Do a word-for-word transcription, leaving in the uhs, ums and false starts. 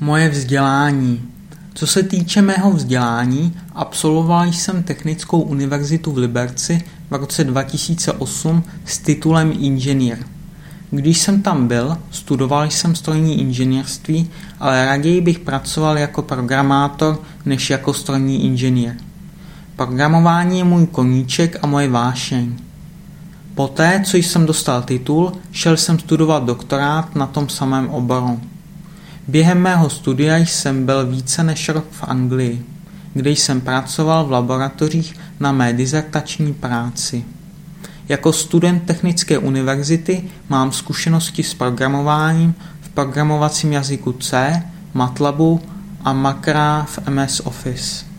Moje vzdělání. Co se týče mého vzdělání, absolvoval jsem Technickou univerzitu v Liberci v roce dva tisíce osm s titulem inženýr. Když jsem tam byl, studoval jsem strojní inženýrství, ale raději bych pracoval jako programátor než jako strojní inženýr. Programování je můj koníček a moje vášeň. Poté, co jsem dostal titul, šel jsem studovat doktorát na tom samém oboru. Během mého studia jsem byl více než rok v Anglii, kde jsem pracoval v laboratořích na mé dizertační práci. Jako student Technické univerzity mám zkušenosti s programováním v programovacím jazyku C, MATLABu a Makra v M S Office.